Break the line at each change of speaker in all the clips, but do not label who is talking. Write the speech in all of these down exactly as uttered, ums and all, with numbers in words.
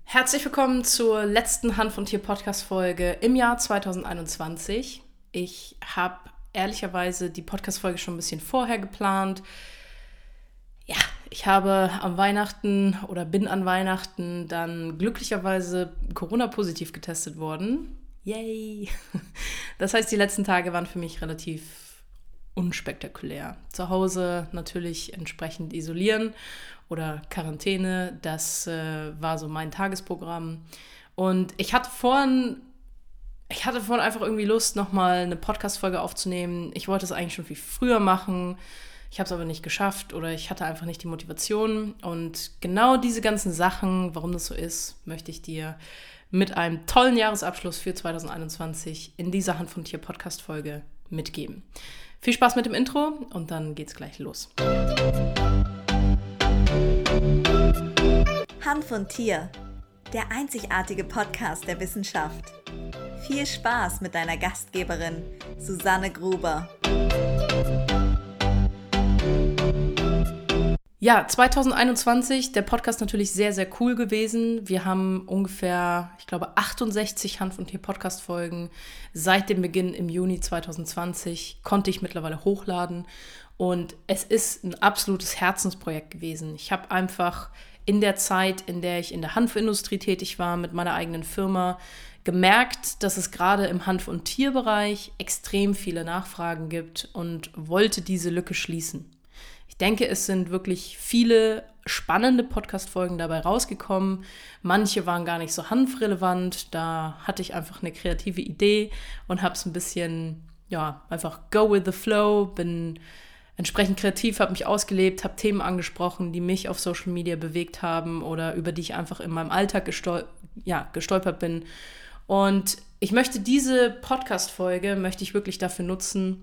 Herzlich willkommen zur letzten Hanf und Tier Podcast-Folge im Jahr zwanzig einundzwanzig. Ich habe ehrlicherweise die Podcast-Folge schon ein bisschen vorher geplant. Ja, ich habe am Weihnachten oder bin an Weihnachten dann glücklicherweise Corona-positiv getestet worden. Yay! Das heißt, die letzten Tage waren für mich relativ unspektakulär. Zu Hause natürlich entsprechend isolieren oder Quarantäne, das äh, war so mein Tagesprogramm. Und ich hatte vorhin, ich hatte vorhin einfach irgendwie Lust, nochmal eine Podcast-Folge aufzunehmen. Ich wollte es eigentlich schon viel früher machen. Ich habe es aber nicht geschafft oder ich hatte einfach nicht die Motivation. Und genau diese ganzen Sachen, warum das so ist, möchte ich dir mit einem tollen Jahresabschluss für zwanzig einundzwanzig in dieser Hanf und Tier Podcast-Folge mitgeben. Viel Spaß mit dem Intro und dann geht's gleich los.
Hanf und Tier, der einzigartige Podcast der Wissenschaft. Viel Spaß mit deiner Gastgeberin Susanne Gruber.
Ja, zwanzig einundzwanzig, der Podcast natürlich sehr, sehr cool gewesen. Wir haben ungefähr, ich glaube, achtundsechzig Hanf- und Tier-Podcast-Folgen. Seit dem Beginn im Juni zwanzig zwanzig konnte ich mittlerweile hochladen. Und es ist ein absolutes Herzensprojekt gewesen. Ich habe einfach in der Zeit, in der ich in der Hanfindustrie tätig war, mit meiner eigenen Firma, gemerkt, dass es gerade im Hanf- und Tierbereich extrem viele Nachfragen gibt und wollte diese Lücke schließen. Ich denke, es sind wirklich viele spannende Podcast-Folgen dabei rausgekommen. Manche waren gar nicht so hanfrelevant. Da hatte ich einfach eine kreative Idee und habe es ein bisschen, ja, einfach go with the flow, bin entsprechend kreativ, habe mich ausgelebt, habe Themen angesprochen, die mich auf Social Media bewegt haben oder über die ich einfach in meinem Alltag gestol- ja, gestolpert bin. Und ich möchte diese Podcast-Folge, möchte ich wirklich dafür nutzen,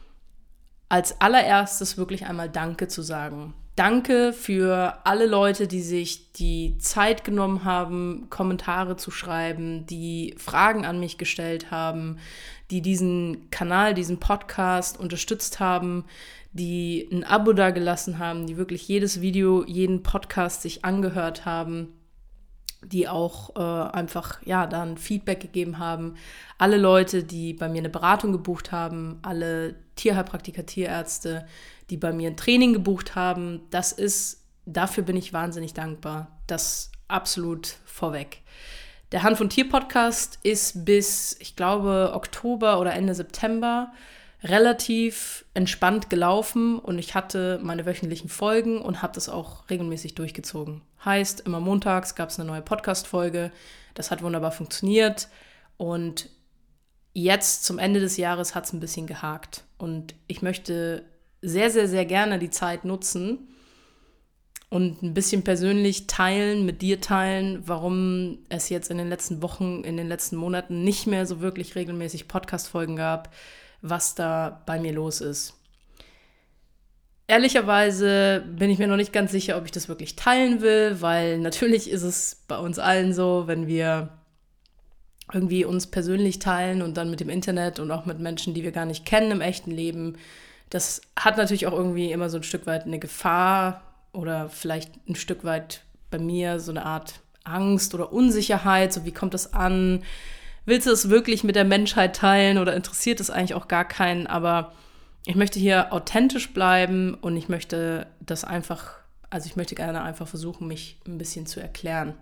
als allererstes wirklich einmal Danke zu sagen. Danke für alle Leute, die sich die Zeit genommen haben, Kommentare zu schreiben, die Fragen an mich gestellt haben, die diesen Kanal, diesen Podcast unterstützt haben, die ein Abo dagelassen haben, die wirklich jedes Video, jeden Podcast sich angehört haben, die auch äh, einfach ja dann Feedback gegeben haben. Alle Leute, die bei mir eine Beratung gebucht haben, alle Tierheilpraktiker, Tierärzte, die bei mir ein Training gebucht haben, das ist, dafür bin ich wahnsinnig dankbar. Das absolut vorweg. Der Hanf- und Tier-Podcast ist bis, ich glaube, Oktober oder Ende September relativ entspannt gelaufen und ich hatte meine wöchentlichen Folgen und habe das auch regelmäßig durchgezogen. Heißt, immer montags gab es eine neue Podcast-Folge. Das hat wunderbar funktioniert und jetzt zum Ende des Jahres hat es ein bisschen gehakt. Und ich möchte sehr, sehr, sehr gerne die Zeit nutzen und ein bisschen persönlich teilen, mit dir teilen, warum es jetzt in den letzten Wochen, in den letzten Monaten nicht mehr so wirklich regelmäßig Podcast-Folgen gab, was da bei mir los ist. Ehrlicherweise bin ich mir noch nicht ganz sicher, ob ich das wirklich teilen will, weil natürlich ist es bei uns allen so, wenn wir irgendwie uns persönlich teilen und dann mit dem Internet und auch mit Menschen, die wir gar nicht kennen im echten Leben, das hat natürlich auch irgendwie immer so ein Stück weit eine Gefahr oder vielleicht ein Stück weit bei mir so eine Art Angst oder Unsicherheit, so wie kommt das an? Willst du es wirklich mit der Menschheit teilen oder interessiert es eigentlich auch gar keinen? Aber ich möchte hier authentisch bleiben und ich möchte das einfach, also ich möchte gerne einfach versuchen, mich ein bisschen zu erklären.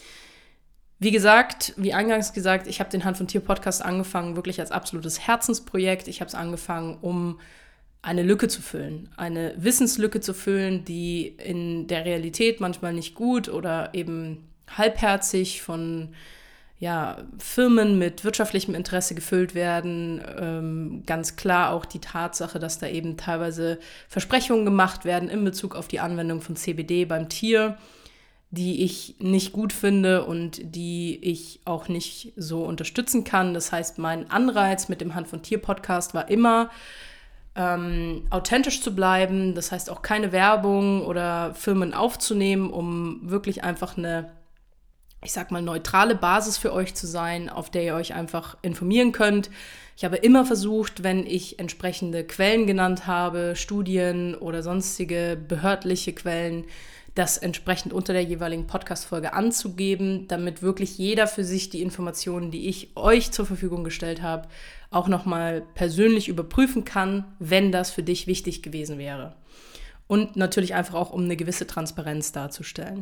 Wie gesagt, wie eingangs gesagt, ich habe den Hanf- und Tier-Podcast angefangen, wirklich als absolutes Herzensprojekt. Ich habe es angefangen, um eine Lücke zu füllen, eine Wissenslücke zu füllen, die in der Realität manchmal nicht gut oder eben halbherzig von ja, Firmen mit wirtschaftlichem Interesse gefüllt werden. Ähm, ganz klar auch die Tatsache, dass da eben teilweise Versprechungen gemacht werden in Bezug auf die Anwendung von C B D beim Tier, die ich nicht gut finde und die ich auch nicht so unterstützen kann. Das heißt, mein Anreiz mit dem Hanf- und Tier-Podcast war immer, ähm, authentisch zu bleiben. Das heißt, auch keine Werbung oder Firmen aufzunehmen, um wirklich einfach eine, ich sag mal, neutrale Basis für euch zu sein, auf der ihr euch einfach informieren könnt. Ich habe immer versucht, wenn ich entsprechende Quellen genannt habe, Studien oder sonstige behördliche Quellen, das entsprechend unter der jeweiligen Podcast-Folge anzugeben, damit wirklich jeder für sich die Informationen, die ich euch zur Verfügung gestellt habe, auch nochmal persönlich überprüfen kann, wenn das für dich wichtig gewesen wäre. Und natürlich einfach auch, um eine gewisse Transparenz darzustellen.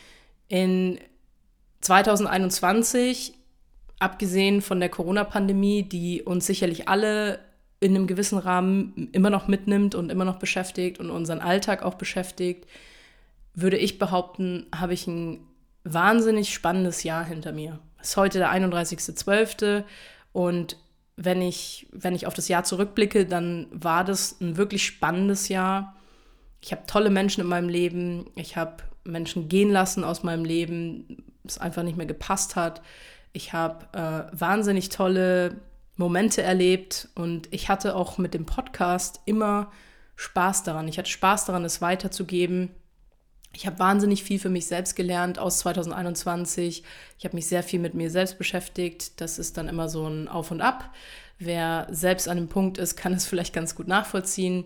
In zwanzig einundzwanzig, abgesehen von der Corona-Pandemie, die uns sicherlich alle in einem gewissen Rahmen immer noch mitnimmt und immer noch beschäftigt und unseren Alltag auch beschäftigt, würde ich behaupten, habe ich ein wahnsinnig spannendes Jahr hinter mir. Es ist heute der einunddreißigster zwölfter und wenn ich, wenn ich auf das Jahr zurückblicke, dann war das ein wirklich spannendes Jahr. Ich habe tolle Menschen in meinem Leben, ich habe Menschen gehen lassen aus meinem Leben, es einfach nicht mehr gepasst hat. Ich habe äh, wahnsinnig tolle Momente erlebt und ich hatte auch mit dem Podcast immer Spaß daran. Ich hatte Spaß daran, es weiterzugeben. Ich habe wahnsinnig viel für mich selbst gelernt aus zwanzig einundzwanzig. Ich habe mich sehr viel mit mir selbst beschäftigt. Das ist dann immer so ein Auf und Ab. Wer selbst an dem Punkt ist, kann es vielleicht ganz gut nachvollziehen.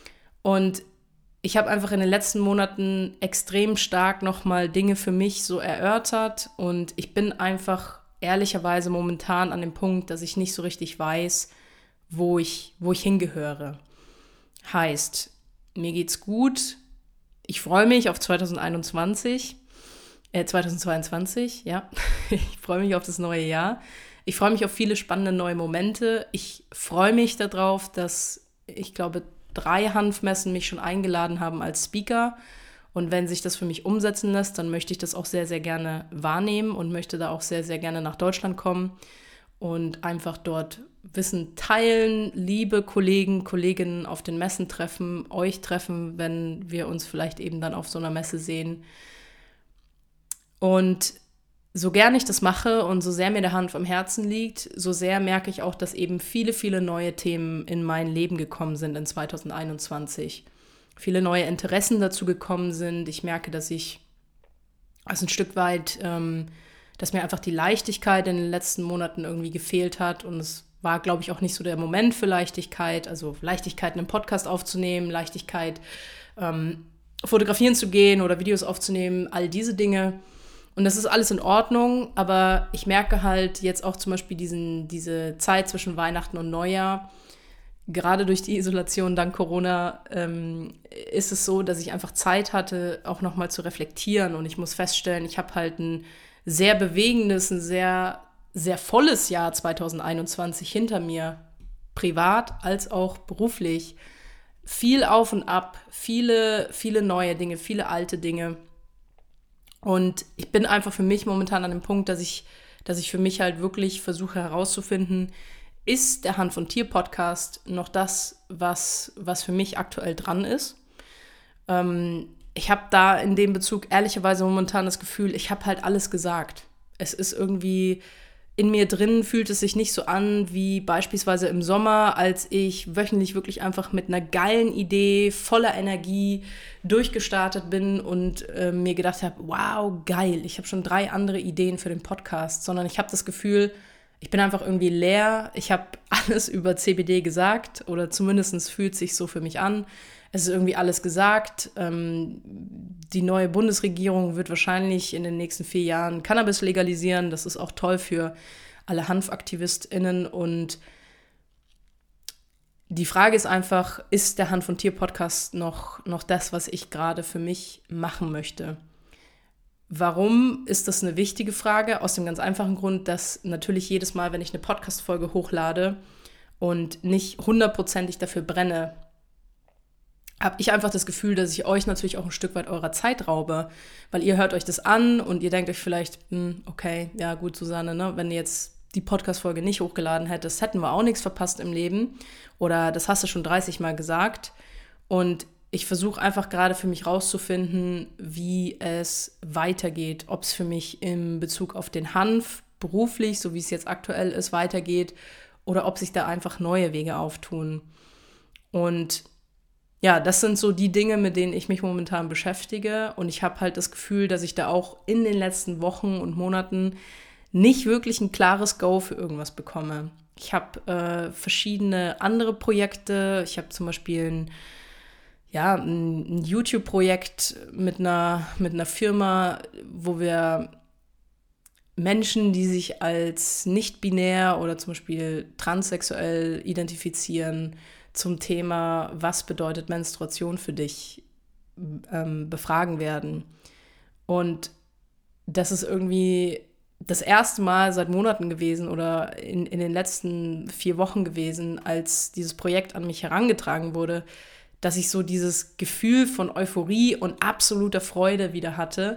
Und ich habe einfach in den letzten Monaten extrem stark nochmal Dinge für mich so erörtert. Und ich bin einfach ehrlicherweise momentan an dem Punkt, dass ich nicht so richtig weiß, wo ich, wo ich hingehöre. Heißt, mir geht's gut. Ich freue mich auf zwanzig einundzwanzig, äh, zwanzig zweiundzwanzig, ja. Ich freue mich auf das neue Jahr. Ich freue mich auf viele spannende neue Momente. Ich freue mich darauf, dass, ich glaube, drei Hanfmessen mich schon eingeladen haben als Speaker. Und wenn sich das für mich umsetzen lässt, dann möchte ich das auch sehr, sehr gerne wahrnehmen und möchte da auch sehr, sehr gerne nach Deutschland kommen und einfach dort Wissen teilen, liebe Kollegen, Kolleginnen auf den Messen treffen, euch treffen, wenn wir uns vielleicht eben dann auf so einer Messe sehen. Und so gern ich das mache und so sehr mir der Hanf am Herzen liegt, so sehr merke ich auch, dass eben viele, viele neue Themen in mein Leben gekommen sind in zwanzig einundzwanzig. Viele neue Interessen dazu gekommen sind. Ich merke, dass ich also ein Stück weit, ähm, dass mir einfach die Leichtigkeit in den letzten Monaten irgendwie gefehlt hat. Und es war, glaube ich, auch nicht so der Moment für Leichtigkeit. Also Leichtigkeit, einen Podcast aufzunehmen, Leichtigkeit, ähm, fotografieren zu gehen oder Videos aufzunehmen, all diese Dinge. Und das ist alles in Ordnung, aber ich merke halt jetzt auch zum Beispiel diesen, diese Zeit zwischen Weihnachten und Neujahr, gerade durch die Isolation dank Corona, ähm, ist es so, dass ich einfach Zeit hatte, auch nochmal zu reflektieren. Und ich muss feststellen, ich habe halt ein sehr bewegendes, ein sehr, sehr volles Jahr zwanzig einundzwanzig hinter mir, privat als auch beruflich. Viel auf und ab, viele, viele neue Dinge, viele alte Dinge. Und ich bin einfach für mich momentan an dem Punkt, dass ich, dass ich für mich halt wirklich versuche herauszufinden, ist der Hanf- und Tier-Podcast noch das, was, was für mich aktuell dran ist? Ähm, ich habe da in dem Bezug ehrlicherweise momentan das Gefühl, ich habe halt alles gesagt. Es ist irgendwie, in mir drin fühlt es sich nicht so an wie beispielsweise im Sommer, als ich wöchentlich wirklich einfach mit einer geilen Idee, voller Energie durchgestartet bin und äh, mir gedacht habe, wow, geil, ich habe schon drei andere Ideen für den Podcast, sondern ich habe das Gefühl, ich bin einfach irgendwie leer. Ich habe alles über C B D gesagt oder zumindest fühlt es sich so für mich an. Es ist irgendwie alles gesagt. Ähm, die neue Bundesregierung wird wahrscheinlich in den nächsten vier Jahren Cannabis legalisieren. Das ist auch toll für alle HanfaktivistInnen. Und die Frage ist einfach, ist der Hanf- und Tier-Podcast noch, noch das, was ich gerade für mich machen möchte? Warum ist das eine wichtige Frage? Aus dem ganz einfachen Grund, dass natürlich jedes Mal, wenn ich eine Podcast-Folge hochlade und nicht hundertprozentig dafür brenne, habe ich einfach das Gefühl, dass ich euch natürlich auch ein Stück weit eurer Zeit raube. Weil ihr hört euch das an und ihr denkt euch vielleicht, okay, ja gut, Susanne, ne, wenn du jetzt die Podcast-Folge nicht hochgeladen hättest, hätten wir auch nichts verpasst im Leben. Oder das hast du schon dreißig Mal gesagt. Und ich versuche einfach gerade für mich rauszufinden, wie es weitergeht. Ob es für mich in Bezug auf den Hanf beruflich, so wie es jetzt aktuell ist, weitergeht. Oder ob sich da einfach neue Wege auftun. Und ja, das sind so die Dinge, mit denen ich mich momentan beschäftige. Und ich habe halt das Gefühl, dass ich da auch in den letzten Wochen und Monaten nicht wirklich ein klares Go für irgendwas bekomme. Ich habe äh, verschiedene andere Projekte. Ich habe zum Beispiel ein ja, ein, ein YouTube-Projekt mit einer, mit einer Firma, wo wir Menschen, die sich als nicht-binär oder zum Beispiel transsexuell identifizieren, zum Thema, was bedeutet Menstruation für dich, ähm, befragen werden. Und das ist irgendwie das erste Mal seit Monaten gewesen oder in, in den letzten vier Wochen gewesen, als dieses Projekt an mich herangetragen wurde, dass ich so dieses Gefühl von Euphorie und absoluter Freude wieder hatte,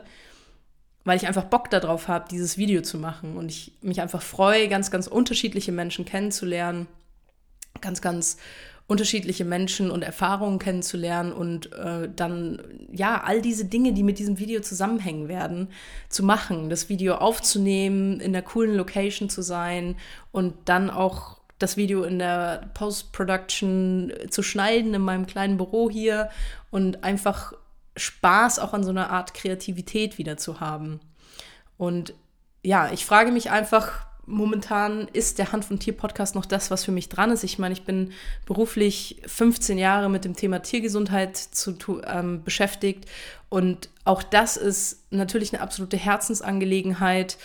weil ich einfach Bock darauf habe, dieses Video zu machen. Und ich mich einfach freue, ganz, ganz unterschiedliche Menschen kennenzulernen, ganz, ganz unterschiedliche Menschen und Erfahrungen kennenzulernen und äh, dann, ja, all diese Dinge, die mit diesem Video zusammenhängen werden, zu machen, das Video aufzunehmen, in der coolen Location zu sein und dann auch das Video in der Post-Production zu schneiden in meinem kleinen Büro hier und einfach Spaß auch an so einer Art Kreativität wieder zu haben. Und ja, ich frage mich einfach, momentan ist der Hanf- und Tier-Podcast noch das, was für mich dran ist. Ich meine, ich bin beruflich fünfzehn Jahre mit dem Thema Tiergesundheit zu, ähm, beschäftigt und auch das ist natürlich eine absolute Herzensangelegenheit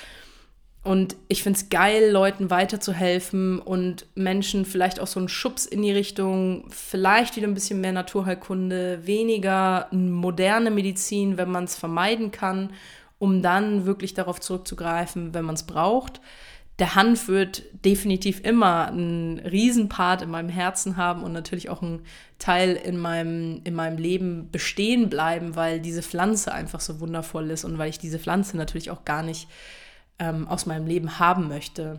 und ich finde es geil, Leuten weiterzuhelfen und Menschen vielleicht auch so einen Schubs in die Richtung, vielleicht wieder ein bisschen mehr Naturheilkunde, weniger moderne Medizin, wenn man es vermeiden kann, um dann wirklich darauf zurückzugreifen, wenn man es braucht. Der Hanf wird definitiv immer einen Riesenpart in meinem Herzen haben und natürlich auch einen Teil in meinem, in meinem Leben bestehen bleiben, weil diese Pflanze einfach so wundervoll ist und weil ich diese Pflanze natürlich auch gar nicht ähm, aus meinem Leben haben möchte.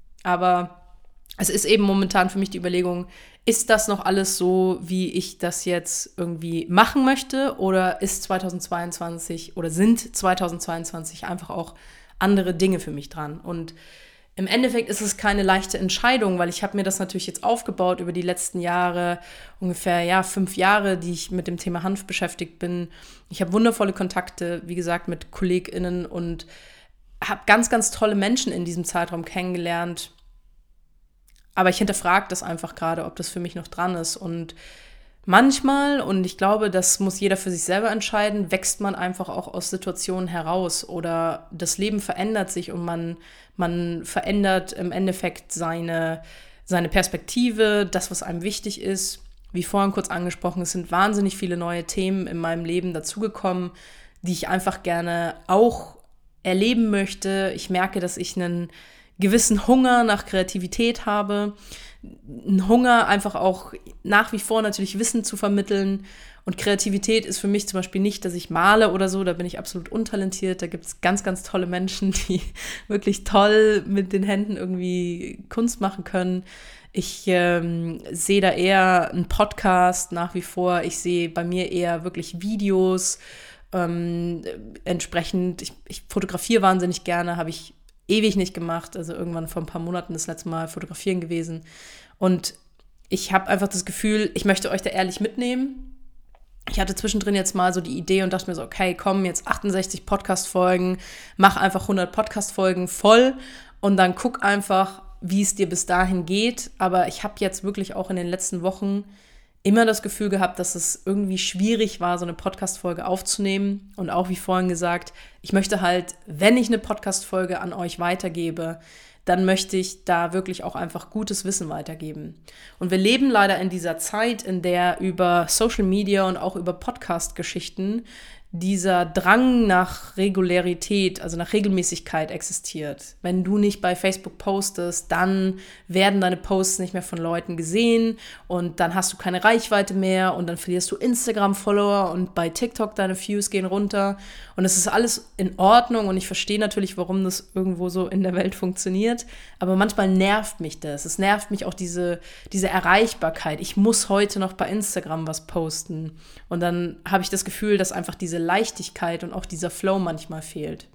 Aber es ist eben momentan für mich die Überlegung, ist das noch alles so, wie ich das jetzt irgendwie machen möchte oder ist zweitausendzweiundzwanzig oder sind zweitausendzweiundzwanzig einfach auch andere Dinge für mich dran? Und im Endeffekt ist es keine leichte Entscheidung, weil ich habe mir das natürlich jetzt aufgebaut über die letzten Jahre, ungefähr ja fünf Jahre, die ich mit dem Thema Hanf beschäftigt bin. Ich habe wundervolle Kontakte, wie gesagt, mit KollegInnen und habe ganz, ganz tolle Menschen in diesem Zeitraum kennengelernt. Aber ich hinterfrage das einfach gerade, ob das für mich noch dran ist. Und manchmal, und ich glaube, das muss jeder für sich selber entscheiden, wächst man einfach auch aus Situationen heraus oder das Leben verändert sich und man, man verändert im Endeffekt seine, seine Perspektive, das, was einem wichtig ist. Wie vorhin kurz angesprochen, es sind wahnsinnig viele neue Themen in meinem Leben dazugekommen, die ich einfach gerne auch erleben möchte. Ich merke, dass ich einen gewissen Hunger nach Kreativität habe, einen Hunger einfach auch nach wie vor natürlich Wissen zu vermitteln und Kreativität ist für mich zum Beispiel nicht, dass ich male oder so, da bin ich absolut untalentiert, da gibt es ganz, ganz tolle Menschen, die wirklich toll mit den Händen irgendwie Kunst machen können. Ich ähm, sehe da eher einen Podcast nach wie vor, ich sehe bei mir eher wirklich Videos, ähm, entsprechend, ich, ich fotografiere wahnsinnig gerne, habe ich ewig nicht gemacht, also irgendwann vor ein paar Monaten das letzte Mal fotografieren gewesen. Und ich habe einfach das Gefühl, ich möchte euch da ehrlich mitnehmen. Ich hatte zwischendrin jetzt mal so die Idee und dachte mir so, okay, komm, jetzt achtundsechzig Podcast-Folgen, mach einfach hundert Podcast-Folgen voll und dann guck einfach, wie es dir bis dahin geht. Aber ich habe jetzt wirklich auch in den letzten Wochen immer das Gefühl gehabt, dass es irgendwie schwierig war, so eine Podcast-Folge aufzunehmen. Und auch wie vorhin gesagt, ich möchte halt, wenn ich eine Podcast-Folge an euch weitergebe, dann möchte ich da wirklich auch einfach gutes Wissen weitergeben. Und wir leben leider in dieser Zeit, in der über Social Media und auch über Podcast-Geschichten dieser Drang nach Regularität, also nach Regelmäßigkeit existiert. Wenn du nicht bei Facebook postest, dann werden deine Posts nicht mehr von Leuten gesehen und dann hast du keine Reichweite mehr und dann verlierst du Instagram-Follower und bei TikTok deine Views gehen runter und es ist alles in Ordnung und ich verstehe natürlich, warum das irgendwo so in der Welt funktioniert, aber manchmal nervt mich das. Es nervt mich auch diese, diese Erreichbarkeit. Ich muss heute noch bei Instagram was posten und dann habe ich das Gefühl, dass einfach diese Leichtigkeit und auch dieser Flow manchmal fehlt.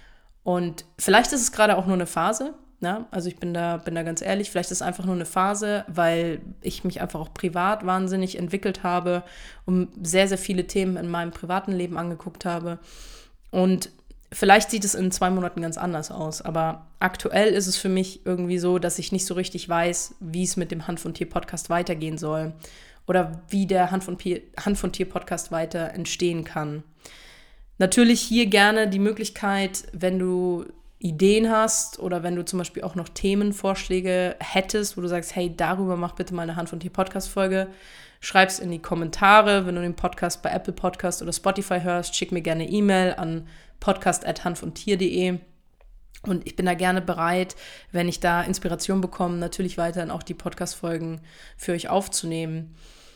Und vielleicht ist es gerade auch nur eine Phase, ne? Also ich bin da, bin da ganz ehrlich, vielleicht ist es einfach nur eine Phase, weil ich mich einfach auch privat wahnsinnig entwickelt habe und sehr, sehr viele Themen in meinem privaten Leben angeguckt habe. Und vielleicht sieht es in zwei Monaten ganz anders aus, aber aktuell ist es für mich irgendwie so, dass ich nicht so richtig weiß, wie es mit dem Hanf- und Tier-Podcast weitergehen soll. oder wie der Hand von, Pier, Hand von Tier Podcast weiter entstehen kann. Natürlich hier gerne die Möglichkeit, wenn du Ideen hast oder wenn du zum Beispiel auch noch Themenvorschläge hättest, wo du sagst, hey, darüber mach bitte mal eine Hand von Tier Podcast-Folge, schreib's in die Kommentare. Wenn du den Podcast bei Apple Podcast oder Spotify hörst, schick mir gerne eine E-Mail an podcast at handvontier punkt de. Und ich bin da gerne bereit, wenn ich da Inspiration bekomme, natürlich weiterhin auch die Podcast-Folgen für euch aufzunehmen.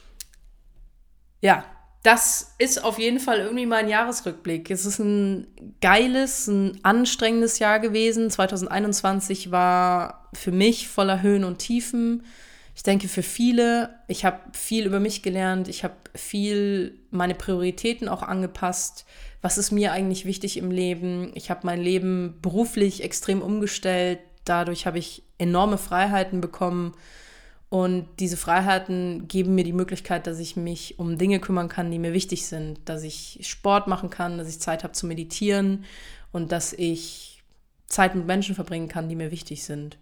Ja, das ist auf jeden Fall irgendwie mein Jahresrückblick. Es ist ein geiles, ein anstrengendes Jahr gewesen. zwanzig einundzwanzig war für mich voller Höhen und Tiefen. Ich denke für viele. Ich habe viel über mich gelernt. Ich habe viel meine Prioritäten auch angepasst. Was ist mir eigentlich wichtig im Leben? Ich habe mein Leben beruflich extrem umgestellt. Dadurch habe ich enorme Freiheiten bekommen. Und diese Freiheiten geben mir die Möglichkeit, dass ich mich um Dinge kümmern kann, die mir wichtig sind. Dass ich Sport machen kann, dass ich Zeit habe zu meditieren und dass ich Zeit mit Menschen verbringen kann, die mir wichtig sind.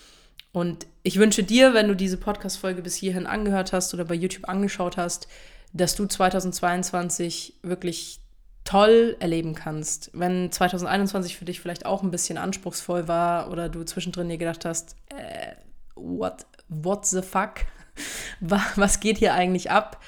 Und ich wünsche dir, wenn du diese Podcast-Folge bis hierhin angehört hast oder bei YouTube angeschaut hast, dass du zweitausendzweiundzwanzig wirklich toll erleben kannst. Wenn zweitausendeinundzwanzig für dich vielleicht auch ein bisschen anspruchsvoll war oder du zwischendrin dir gedacht hast, äh, what What the fuck? Was geht hier eigentlich ab?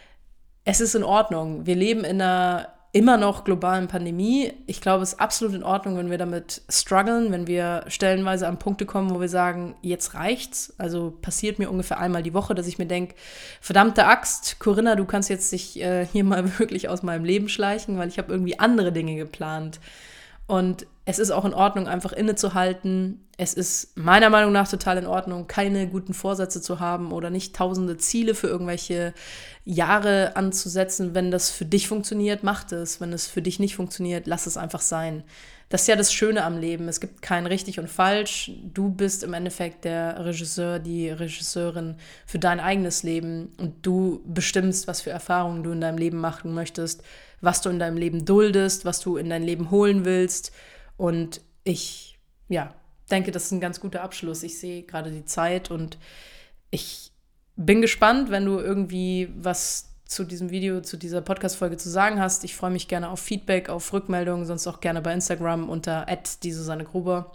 Es ist in Ordnung. Wir leben in einer immer noch globalen Pandemie. Ich glaube, es ist absolut in Ordnung, wenn wir damit strugglen, wenn wir stellenweise an Punkte kommen, wo wir sagen, jetzt reicht's. Also passiert mir ungefähr einmal die Woche, dass ich mir denke, verdammte Axt, Corinna, du kannst jetzt dich äh, hier mal wirklich aus meinem Leben schleichen, weil ich habe irgendwie andere Dinge geplant. Und es ist auch in Ordnung, einfach innezuhalten. Es ist meiner Meinung nach total in Ordnung, keine guten Vorsätze zu haben oder nicht tausende Ziele für irgendwelche Jahre anzusetzen. Wenn das für dich funktioniert, mach das. Wenn es für dich nicht funktioniert, lass es einfach sein. Das ist ja das Schöne am Leben. Es gibt kein richtig und falsch. Du bist im Endeffekt der Regisseur, die Regisseurin für dein eigenes Leben. Und du bestimmst, was für Erfahrungen du in deinem Leben machen möchtest, was du in deinem Leben duldest, was du in dein Leben holen willst. Und ich, ja, denke, das ist ein ganz guter Abschluss. Ich sehe gerade die Zeit und ich bin gespannt, wenn du irgendwie was zu diesem Video, zu dieser Podcast-Folge zu sagen hast. Ich freue mich gerne auf Feedback, auf Rückmeldungen, sonst auch gerne bei Instagram unter at die Susanne Gruber.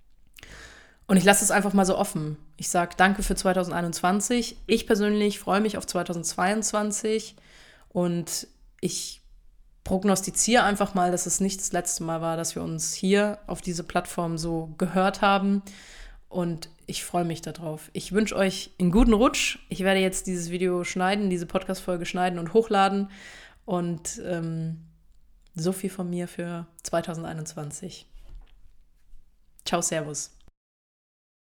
Und ich lasse es einfach mal so offen. Ich sage danke für zweitausendeinundzwanzig. Ich persönlich freue mich auf zweitausendzweiundzwanzig und ich prognostiziere einfach mal, dass es nicht das letzte Mal war, dass wir uns hier auf diese Plattform so gehört haben. Und ich freue mich darauf. Ich wünsche euch einen guten Rutsch. Ich werde jetzt dieses Video schneiden, diese Podcast-Folge schneiden und hochladen. Und ähm, so viel von mir für zweitausendeinundzwanzig. Ciao, Servus.